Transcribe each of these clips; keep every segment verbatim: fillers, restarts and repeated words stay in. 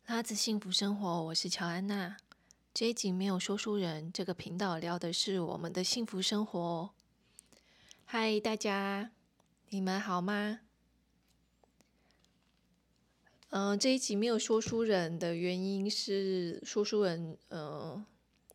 拉子幸福生活，我是乔安娜。这一集没有说书人，这个频道聊的是我们的幸福生活哦。嗨，大家，你们好吗？嗯、呃，这一集没有说书人的原因是，说书人，呃，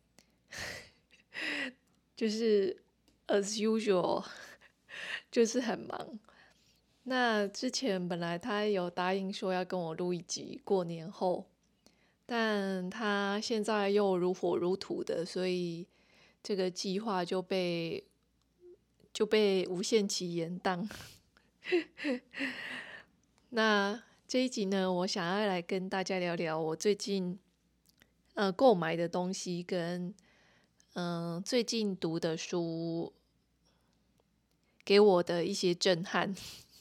就是 as usual，就是很忙。那之前本来他有答应说要跟我录一集过年后，但他现在又如火如荼的，所以这个计划就被就被无限期延宕。那这一集呢，我想要来跟大家聊聊我最近呃购买的东西跟嗯、呃最近读的书给我的一些震撼。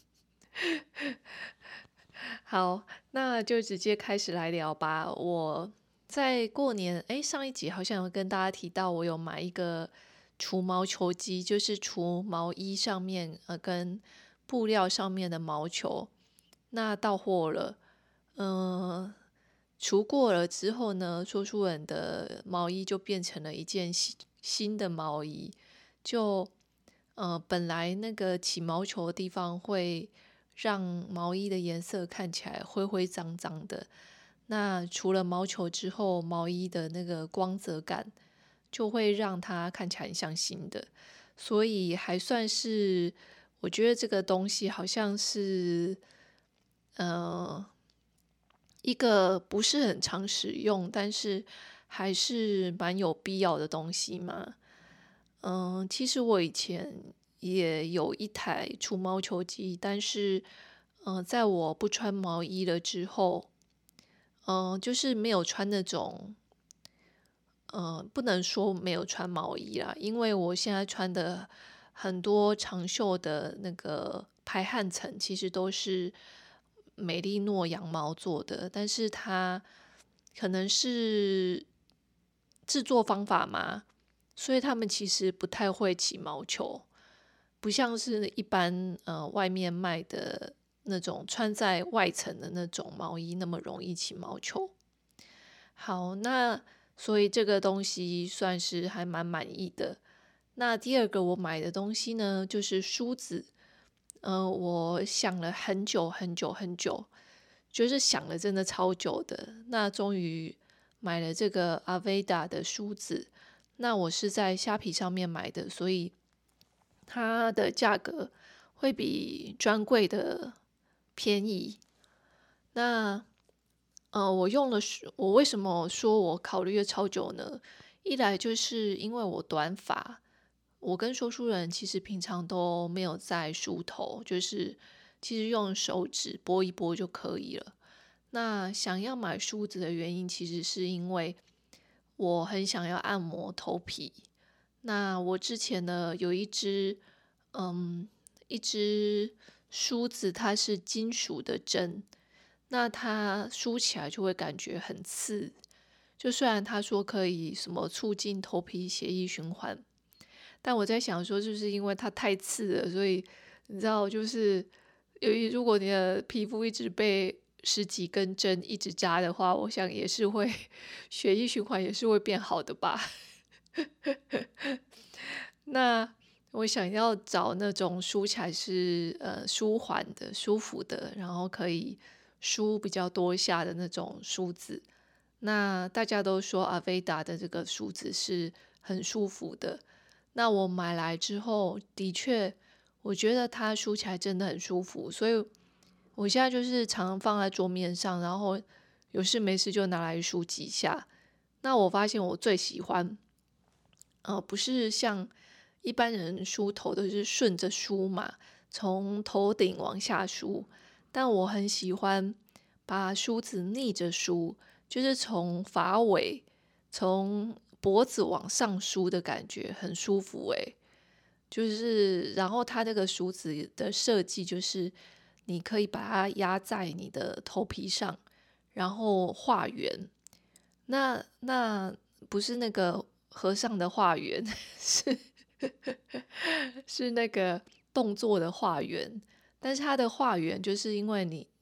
好，那就直接开始来聊吧。我在过年，诶，上一集好像有跟大家提到，我有买一个除毛球机，就是除毛衣上面呃跟布料上面的毛球。那到货了，嗯、除过了之后呢，说书人的毛衣就变成了一件新新的毛衣，就呃本来那个起毛球的地方会让毛衣的颜色看起来灰灰脏脏的，那除了毛球之后，毛衣的那个光泽感就会让它看起来很像新的，所以还算是我觉得这个东西好像是呃一个不是很常使用，但是还是蛮有必要的东西嘛。嗯，其实我以前也有一台除毛球机，但是，嗯、在我不穿毛衣了之后，嗯、就是没有穿那种，嗯、不能说没有穿毛衣啦，因为我现在穿的很多长袖的那个排汗层，其实都是美利诺羊毛做的，但是它可能是制作方法嘛，所以他们其实不太会起毛球，不像是一般呃外面卖的那种穿在外层的那种毛衣那么容易起毛球。好，那所以这个东西算是还蛮满意的。那第二个我买的东西呢，就是梳子。呃，我想了很久很久很久，就是想了真的超久的。那终于买了这个 Aveda 的梳子。那我是在虾皮上面买的，所以它的价格会比专柜的便宜。那呃，我用了梳，我为什么说我考虑了超久呢？一来就是因为我短发，我跟说书人其实平常都没有在梳头，就是其实用手指拨一拨就可以了。那想要买梳子的原因，其实是因为我很想要按摩头皮。那我之前呢有一支，嗯，一支梳子，它是金属的针，那它梳起来就会感觉很刺。就虽然他说可以什么促进头皮血液循环，但我在想说，就是因为它太刺了，所以你知道，就是由于如果你的皮肤一直被十几根针一直扎的话，我想也是会血液循环也是会变好的吧。那我想要找那种梳起来是呃舒缓的、舒服的，然后可以梳比较多下的那种梳子。那大家都说阿菲达的这个梳子是很舒服的。那我买来之后，的确，我觉得它梳起来真的很舒服，所以我现在就是常常放在桌面上，然后有事没事就拿来梳几下。那我发现我最喜欢，呃，不是像一般人梳头都是顺着梳嘛，从头顶往下梳，但我很喜欢把梳子逆着梳，就是从发尾从脖子往上梳的感觉，很舒服诶。就是然后它这个梳子的设计就是你可以把它压在你的头皮上，然后画圆。那那不是那个和尚的画圆，是是那个动作的画圆。但是它的画圆，就是因为你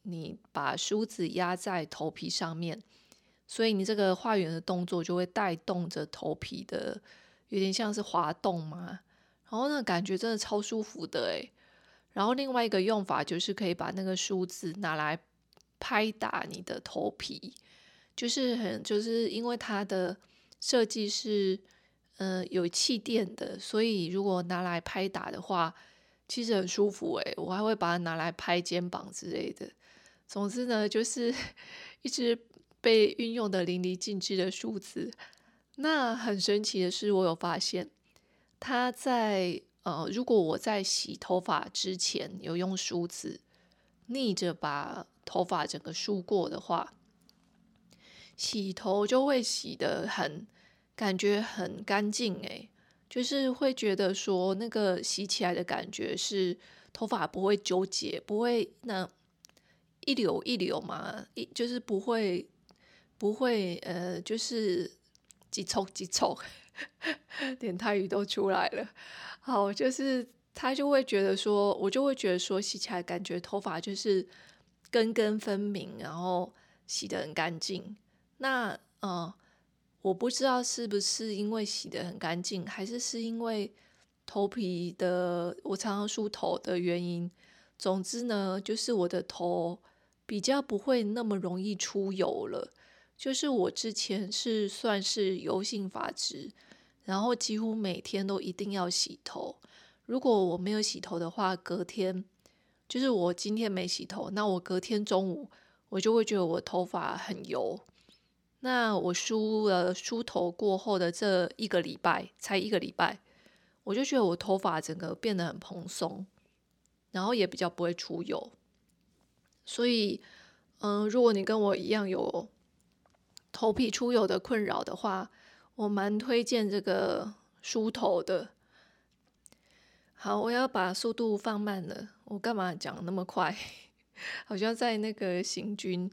你把梳子压在头皮上面，所以你这个画圆的动作就会带动着头皮的，有点像是滑动嘛。然后那感觉真的超舒服的诶。然后另外一个用法就是可以把那个梳子拿来拍打你的头皮，就是很就是因为它的设计是呃有气垫的，所以如果拿来拍打的话，其实很舒服诶。我还会把它拿来拍肩膀之类的。总之呢，就是一直被运用的淋漓尽致的梳子。那很神奇的是，我有发现它在呃，如果我在洗头发之前有用梳子逆着把头发整个梳过的话，洗头就会洗得很感觉很干净诶，就是会觉得说那个洗起来的感觉是头发不会纠结，不会那一绺一绺嘛，一就是不会不会呃，就是几抽几抽，连泰语都出来了。好，就是他就会觉得说，我就会觉得说，洗起来感觉头发就是根根分明，然后洗得很干净。那呃，我不知道是不是因为洗得很干净，还是是因为头皮的我常常梳头的原因。总之呢，就是我的头比较不会那么容易出油了。就是我之前是算是油性发质，然后几乎每天都一定要洗头。如果我没有洗头的话，隔天就是我今天没洗头，那我隔天中午我就会觉得我头发很油。那我梳了梳头过后的这一个礼拜，才一个礼拜，我就觉得我头发整个变得很蓬松，然后也比较不会出油。所以，嗯、如果你跟我一样有头皮出油的困扰的话，我蛮推荐这个梳头的。好，我要把速度放慢了，我干嘛讲那么快？好像在那个行军。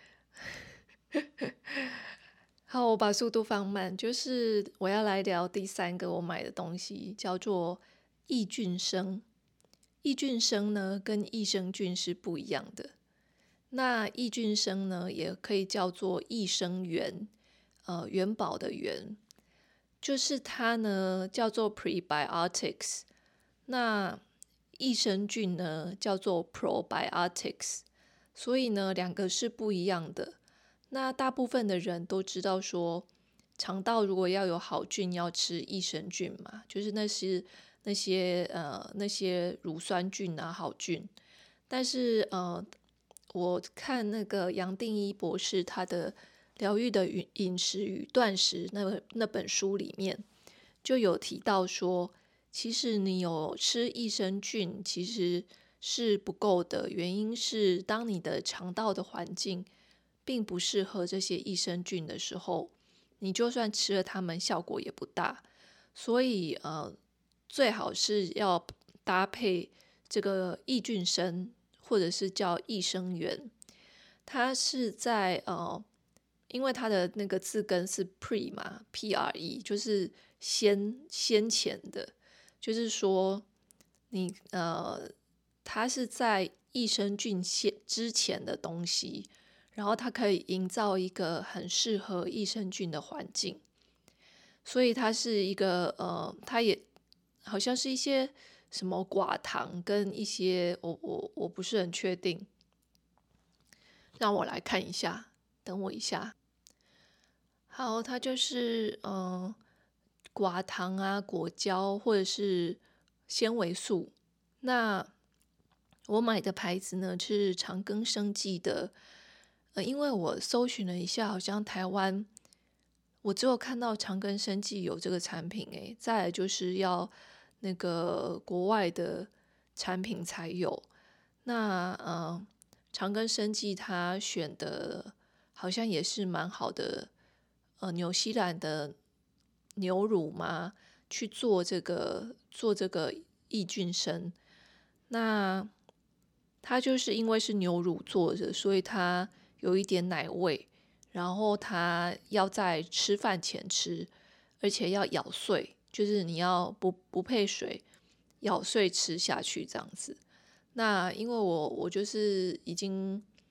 好，我把速度放慢，就是我要来聊第三个我买的东西，叫做益菌生。益菌生呢，跟益生菌是不一样的。那益菌生呢，也可以叫做益生元，呃，元宝的元，就是它呢叫做 prebiotics。那益生菌呢叫做 probiotics，所以呢两个是不一样的。那大部分的人都知道说，肠道如果要有好菌，要吃益生菌嘛，就是那是那些呃那些乳酸菌啊好菌。但是呃，我看那个杨定一博士他的疗愈的饮饮食与断食那那本书里面就有提到说，其实你有吃益生菌其实是不够的，原因是当你的肠道的环境并不适合这些益生菌的时候，你就算吃了它们效果也不大。所以呃，最好是要搭配这个益菌生或者是叫益生元。它是在呃，因为它的那个字根是 pre 嘛，P R E，就是先先前的，就是说你呃，它是在益生菌先之前的东西，然后它可以营造一个很适合益生菌的环境，所以它是一个呃，它也好像是一些什么寡糖跟一些我我我不是很确定，让我来看一下，等我一下。好，它就是嗯、呃寡糖啊、果胶或者是纤维素。那我买的牌子呢是长庚生技的，呃，因为我搜寻了一下，好像台湾我只有看到长庚生技有这个产品，诶，再来就是要那个国外的产品才有。那呃，长庚生技它选的好像也是蛮好的，呃，纽西兰的牛乳嘛，去做这个做这个抑菌生。那它就是因为是牛乳做的，所以它有一点奶味，然后它要在吃饭前吃，而且要咬碎，就是你要不不配水，咬碎吃下去这样子。那因为我我就是已经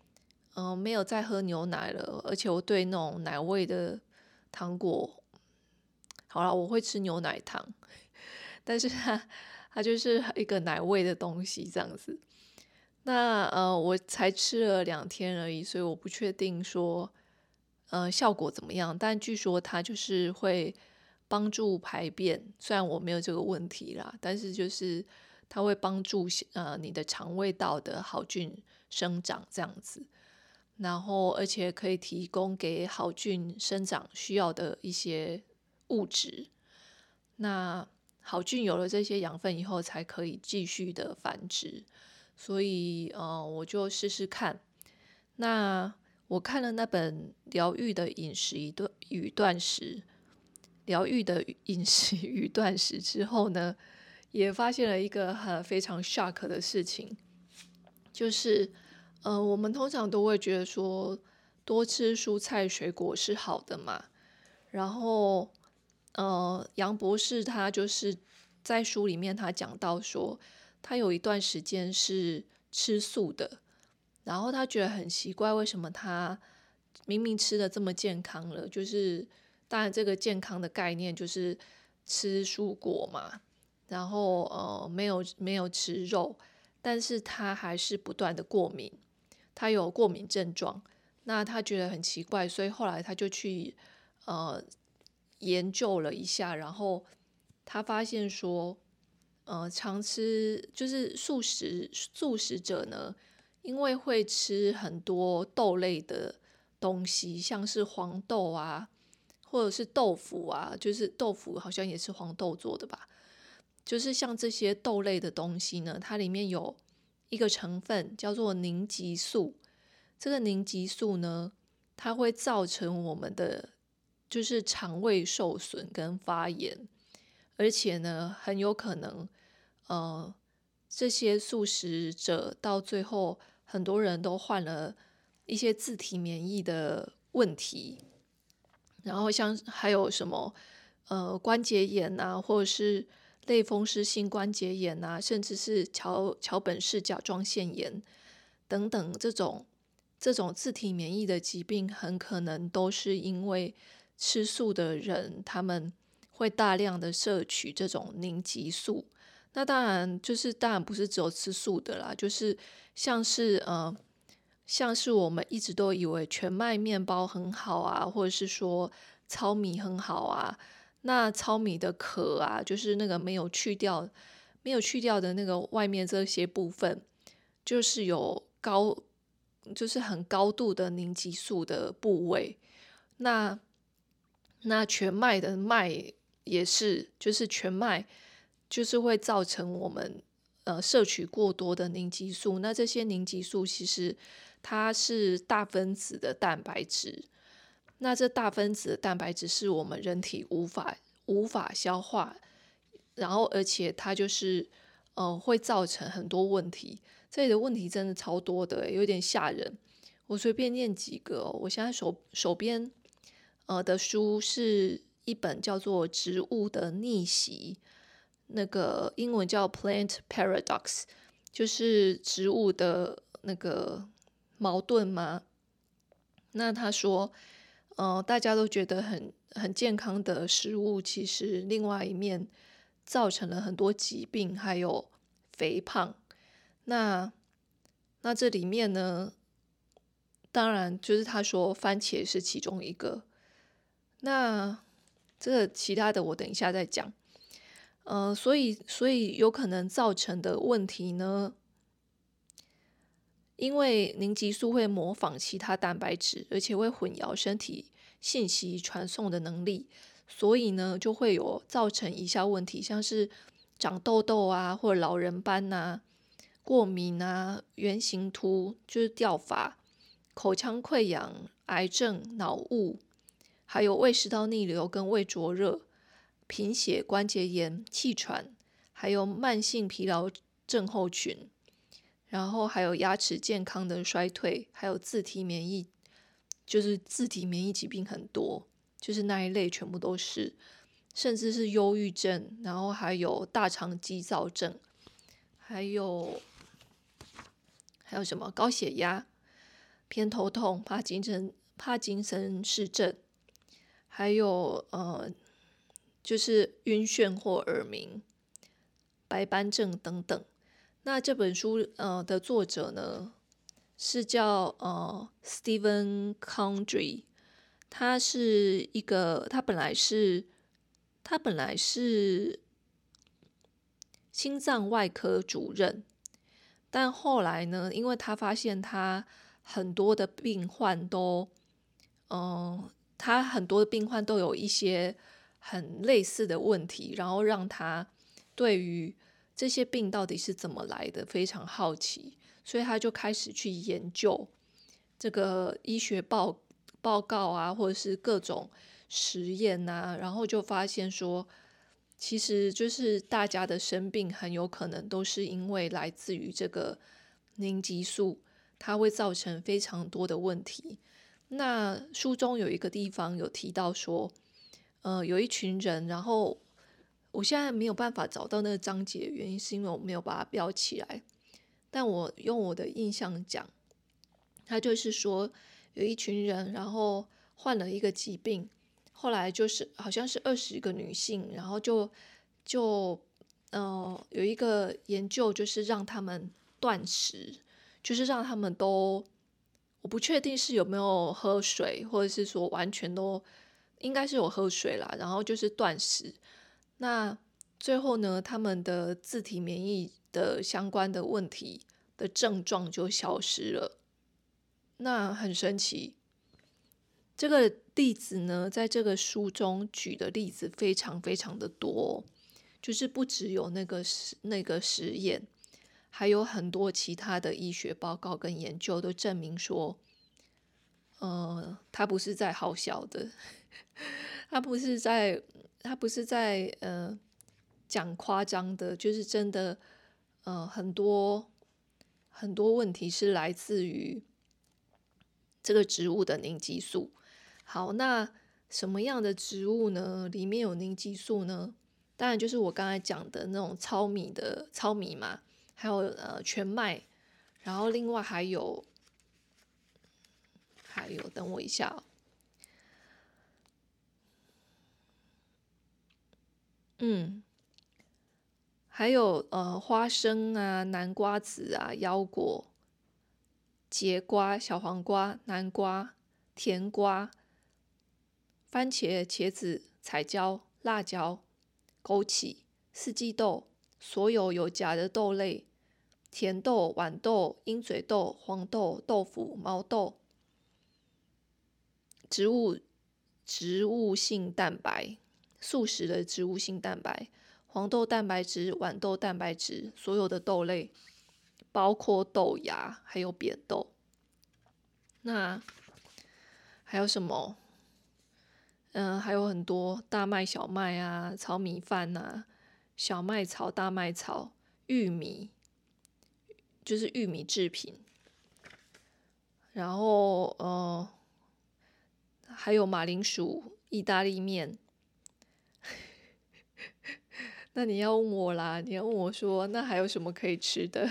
嗯、呃没有再喝牛奶了，而且我对那种奶味的糖果，好啦，我会吃牛奶糖，但是它它就是一个奶味的东西这样子。那呃，我才吃了两天而已，所以我不确定说呃效果怎么样。但据说它就是会帮助排便，虽然我没有这个问题啦，但是就是它会帮助呃你的肠胃道的好菌生长这样子。然后而且可以提供给好菌生长需要的一些物质。那好菌有了这些养分以后，才可以继续的繁殖。所以呃，我就试试看。那我看了那本《疗愈的饮食一段与断食》，疗愈的饮食与断食之后呢，也发现了一个很非常 shock 的事情，就是呃，我们通常都会觉得说多吃蔬菜水果是好的嘛，然后呃，杨博士他就是在书里面他讲到说，他有一段时间是吃素的，然后他觉得很奇怪，为什么他明明吃的这么健康了，就是当然这个健康的概念就是吃蔬果嘛，然后呃没有没有吃肉，但是他还是不断的过敏，他有过敏症状，那他觉得很奇怪，所以后来他就去呃研究了一下，然后他发现说，呃，常吃就是素食素食者呢，因为会吃很多豆类的东西，像是黄豆啊，或者是豆腐啊，就是豆腐好像也是黄豆做的吧，就是像这些豆类的东西呢，它里面有一个成分叫做凝集素，这个凝集素呢，它会造成我们的就是肠胃受损跟发炎，而且呢，很有可能，呃，这些素食者到最后，很多人都患了一些自体免疫的问题，然后像还有什么呃关节炎啊，或者是类风湿性关节炎啊，甚至是桥桥本氏甲状腺炎等等这种这种自体免疫的疾病，很可能都是因为吃素的人他们会大量的摄取这种凝集素。那当然就是当然不是只有吃素的啦，就是像是呃像是我们一直都以为全麦面包很好啊，或者是说糙米很好啊。那糙米的壳啊，就是那个没有去掉、没有去掉的那个外面这些部分，就是有高，就是很高度的凝集素的部位。那那全麦的麦也是，就是全麦就是会造成我们呃摄取过多的凝集素。那这些凝集素其实它是大分子的蛋白质，那这大分子的蛋白质是我们人体无法无法消化，然后而且它就是呃会造成很多问题。这里的问题真的超多的，有点吓人。我随便念几个哦，我现在手手边呃的书是一本叫做《植物的逆袭》，那个英文叫《Plant Paradox》，就是植物的那个矛盾吗？那他说，呃，大家都觉得很很健康的食物，其实另外一面造成了很多疾病，还有肥胖。那那这里面呢，当然就是他说番茄是其中一个。那这个其他的我等一下再讲。呃，所以所以有可能造成的问题呢，因为凝集素会模仿其他蛋白质，而且会混淆身体信息传送的能力，所以呢，就会有造成以下问题，像是长痘痘啊，或者老人斑啊、过敏啊、圆形秃就是掉发、口腔溃疡、癌症、脑雾，还有胃食道逆流跟胃灼热、贫血、关节炎、气喘，还有慢性疲劳症候群。然后还有牙齿健康的衰退，还有自体免疫，就是自体免疫疾病很多，就是那一类全部都是，甚至是忧郁症，然后还有大肠激躁症，还有还有什么高血压。 偏头痛、帕金森、帕金森氏症，还有呃，就是晕眩或耳鸣、白斑症等等。那这本书呃的作者呢是叫呃 Stephen Condry，他是一个他本来是他本来是心脏外科主任，但后来呢，因为他发现他很多的病患都，嗯、呃，他很多的病患都有一些很类似的问题，然后让他对于这些病到底是怎么来的非常好奇，所以他就开始去研究这个医学报报告啊，或者是各种实验啊，然后就发现说，其实就是大家的生病很有可能都是因为来自于这个凝集素，它会造成非常多的问题。那书中有一个地方有提到说，呃，有一群人，然后我现在没有办法找到那个章节的原因，是因为我没有把它标起来。但我用我的印象讲，他就是说有一群人，然后患了一个疾病，后来就是好像是二十个女性，然后就就呃有一个研究，就是让他们断食，就是让他们都，我不确定是有没有喝水，或者是说完全都应该是有喝水啦，然后就是断食。那最后呢，他们的自体免疫的相关的问题的症状就消失了。那很神奇，这个例子呢，在这个书中举的例子非常非常的多，就是不只有那个实那个实验，还有很多其他的医学报告跟研究都证明说，呃，他不是在好笑的，他不是在他不是在呃讲夸张的，就是真的，呃，很多很多问题是来自于这个植物的凝集素。好，那什么样的植物呢？里面有凝集素呢？当然就是我刚才讲的那种糙米的糙米嘛，还有呃全麦，然后另外还有还有，等我一下哦，嗯，还有呃花生啊、南瓜子啊、腰果、节瓜、小黄瓜、南瓜、甜瓜、番茄、茄子、彩椒、辣椒、枸杞、四季豆，所有有夹的豆类，甜豆、豌豆、鹰嘴豆、黄豆、豆腐、毛豆、植物植物性蛋白、素食的植物性蛋白、黄豆蛋白质、豌豆蛋白质，所有的豆类，包括豆芽还有扁豆。那还有什么？嗯、呃还有很多大麦、小麦啊，糙米饭啊，小麦草、大麦草、玉米，就是玉米制品。然后呃，还有马铃薯、意大利面。那你要问我啦，你要问我说，那还有什么可以吃的？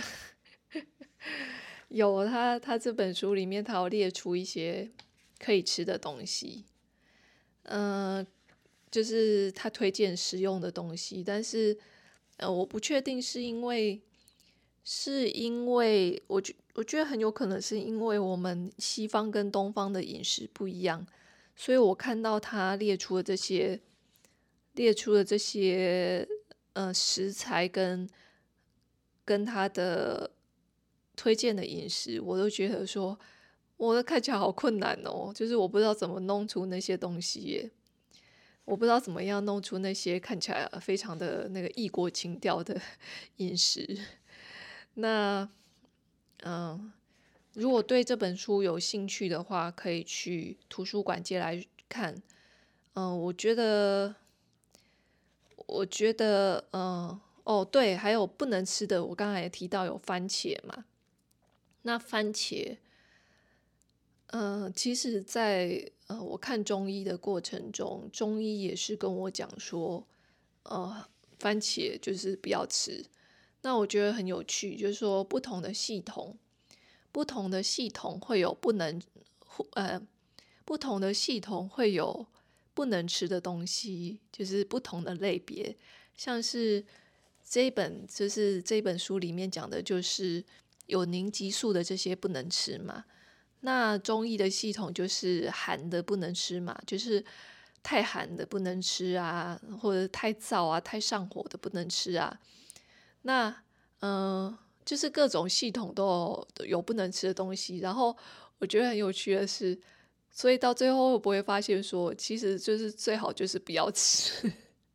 有，他他这本书里面，他有列出一些可以吃的东西。嗯、呃就是他推荐食用的东西，但是呃，我不确定是因为是因为我觉我觉得很有可能是因为我们西方跟东方的饮食不一样，所以我看到他列出的这些列出的这些呃食材跟跟他的推荐的饮食，我都觉得说，我的看起来好困难哦，就是我不知道怎么弄出那些东西耶。我不知道怎么样弄出那些看起来非常的那个异国情调的饮食。那嗯，如果对这本书有兴趣的话，可以去图书馆借来看。嗯，我觉得，我觉得，嗯，哦，对，还有不能吃的，我刚才也提到有番茄嘛。那番茄，呃，其实在呃我看中医的过程中，中医也是跟我讲说，呃，番茄就是不要吃。那我觉得很有趣，就是说不同的系统， 不同的系统会有不能呃不同的系统会有不能吃的东西，就是不同的类别。像是这一本就是这一本书里面讲的，就是有凝集素的这些不能吃嘛。那中医的系统就是寒的不能吃嘛，就是太寒的不能吃啊，或者太燥啊、太上火的不能吃啊。那嗯、呃就是各种系统都有都有不能吃的东西。然后我觉得很有趣的是，所以到最后会不会发现说，其实就是最好就是不要吃。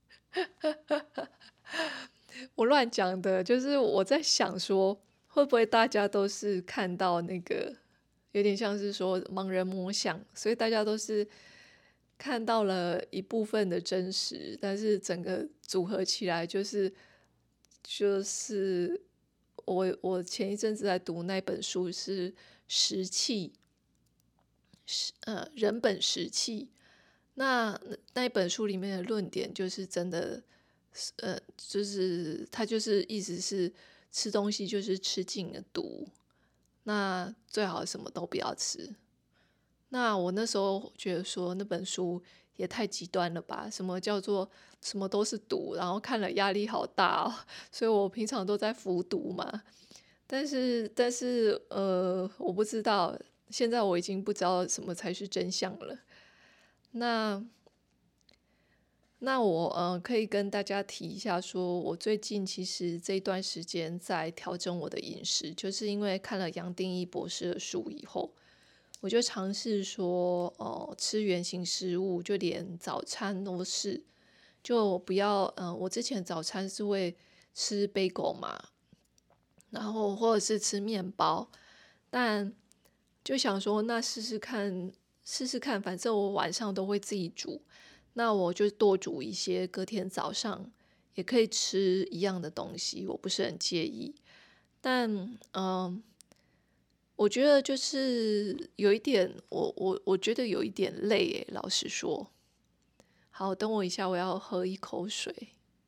我乱讲的，就是我在想说，会不会大家都是看到那个，有点像是说盲人摸象，所以大家都是看到了一部分的真实，但是整个组合起来就是就是我我前一阵子在读那本书是石器，是呃人本石器。那那一本书里面的论点就是真的，呃，就是他就是意思是吃东西就是吃尽了毒，那最好什么都不要吃。那我那时候觉得说那本书也太极端了吧？什么叫做什么都是毒？然后看了压力好大哦，所以我平常都在服毒嘛。但是但是呃，我不知道，现在我已经不知道什么才是真相了。那那我呃可以跟大家提一下说，我最近其实这一段时间在调整我的饮食，就是因为看了杨定一博士的书以后，我就尝试说，哦、吃原形食物，就连早餐都是，就不要，嗯、我之前早餐是会吃 bagel 嘛，然后或者是吃面包，但就想说，那试试看，试试看，反正我晚上都会自己煮，那我就多煮一些，隔天早上也可以吃一样的东西，我不是很介意。但嗯、呃我觉得就是有一点，我我我觉得有一点累诶，老实说。好，等我一下，我要喝一口水。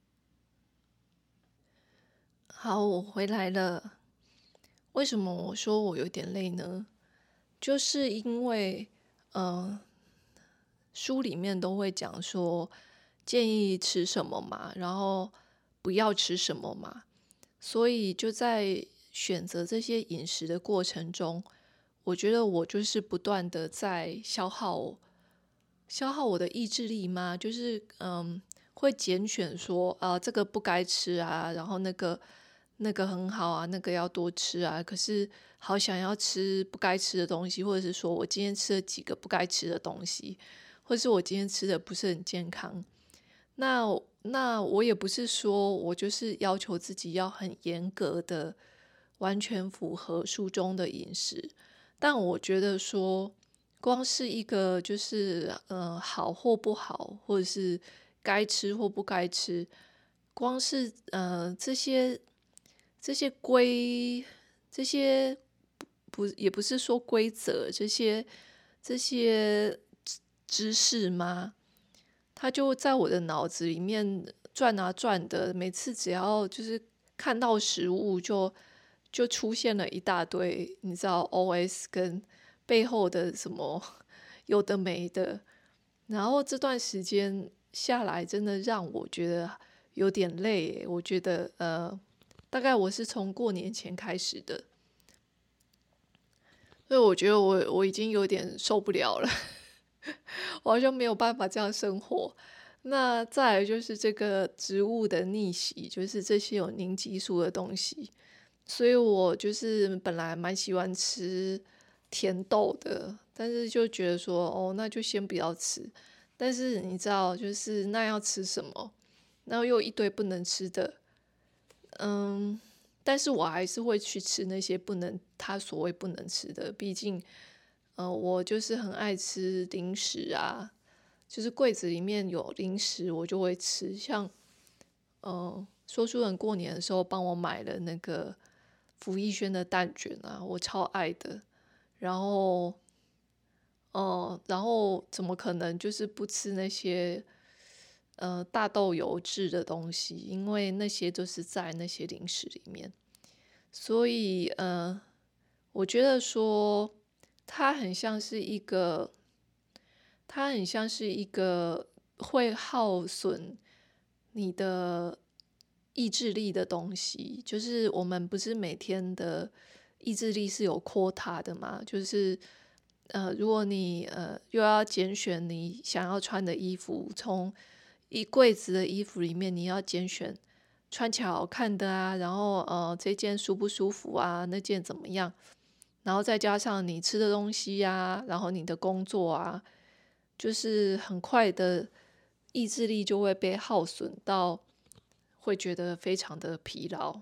好，我回来了。为什么我说我有点累呢？就是因为，呃，书里面都会讲说建议吃什么嘛，然后不要吃什么嘛，所以就在选择这些饮食的过程中，我觉得我就是不断的在消耗消耗我的意志力吗？就是嗯，会拣选说啊、这个不该吃啊，然后那个那个很好啊，那个要多吃啊。可是好想要吃不该吃的东西，或者是说我今天吃了几个不该吃的东西，或是我今天吃的不是很健康。那那我也不是说我就是要求自己要很严格的完全符合书中的饮食，但我觉得说光是一个就是呃好或不好，或者是该吃或不该吃，光是呃这些这些规这些不也不是说规则，这些这些知知识吗？它就在我的脑子里面转啊转的，每次只要就是看到食物就就出现了一大堆，你知道 O S 跟背后的什么有的没的，然后这段时间下来，真的让我觉得有点累耶。我觉得呃，大概我是从过年前开始的，所以我觉得我我已经有点受不了了。我好像没有办法这样生活。那再来就是这个植物的逆袭，就是这些有凝激素的东西，所以我就是本来蛮喜欢吃甜豆的，但是就觉得说，哦，那就先不要吃。但是你知道，就是那要吃什么，然后又有一堆不能吃的，嗯，但是我还是会去吃那些不能，他所谓不能吃的，毕竟，呃，我就是很爱吃零食啊，就是柜子里面有零食我就会吃，像，呃，说书人过年的时候帮我买了那个福义轩的蛋卷啊，我超爱的，然后，呃，然后怎么可能就是不吃那些呃大豆油脂的东西？因为那些都是在那些零食里面。所以呃， 我觉得说它很像是一个，它很像是一个会耗损你的意志力的东西。就是我们不是每天的意志力是有 quota 的嘛？就是呃，如果你呃又要拣选你想要穿的衣服，从一柜子的衣服里面，你要拣选穿起来好看的啊，然后呃这件舒不舒服啊，那件怎么样？然后再加上你吃的东西呀、然后你的工作啊，就是很快的意志力就会被耗损到，会觉得非常的疲劳。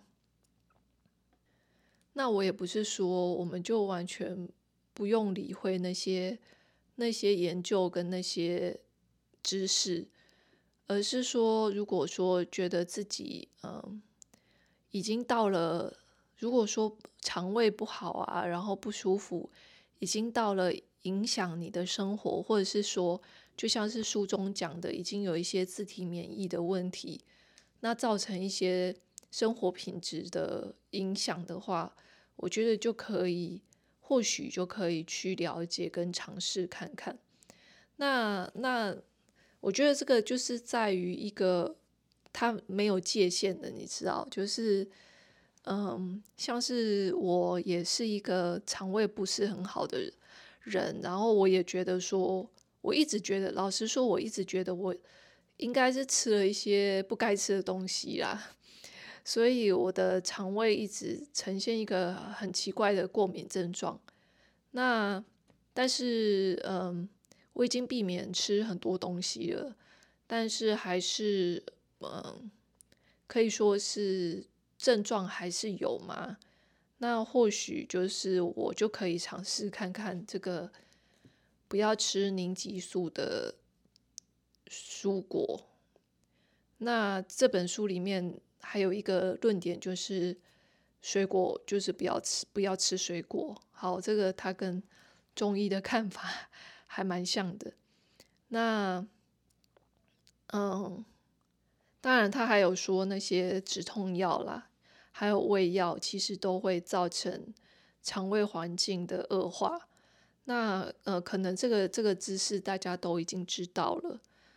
那我也不是说我们就完全不用理会那些那些研究跟那些知识，而是说，如果说觉得自己嗯已经到了，如果说肠胃不好啊，然后不舒服，已经到了影响你的生活，或者是说，就像是书中讲的，已经有一些自体免疫的问题，那造成一些生活品质的影响的话，我觉得就可以，或许就可以去了解跟尝试看看。那那我觉得这个就是在于一个它没有界限的，你知道，就是嗯，像是我也是一个肠胃不是很好的人，然后我也觉得说，我一直觉得，老实说，我一直觉得我应该是吃了一些不该吃的东西啦，所以我的肠胃一直呈现一个很奇怪的过敏症状。那但是，嗯，我已经避免吃很多东西了，但是还是，嗯，可以说是症状还是有嘛。那或许就是我就可以尝试看看这个不要吃凝激素的蔬果。那这本书里面还有一个论点就是，水果就是不要吃，不要吃水果。好，这个它跟中医的看法还蛮像的。那嗯，当然他还有说那些止痛药啦，还有胃药，其实都会造成肠胃环境的恶化。那呃，可能这个这个知识大家都已经知道了。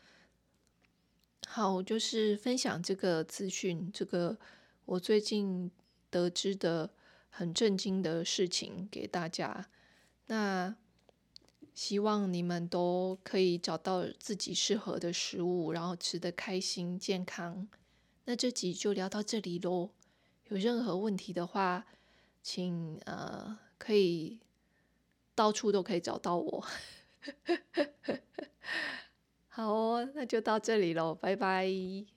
好，就是分享这个资讯，这个我最近得知的很震惊的事情给大家。那希望你们都可以找到自己适合的食物，然后吃得开心、健康。那这集就聊到这里喽。有任何问题的话，请呃可以到处都可以找到我。好哦，那就到这里喽，拜拜。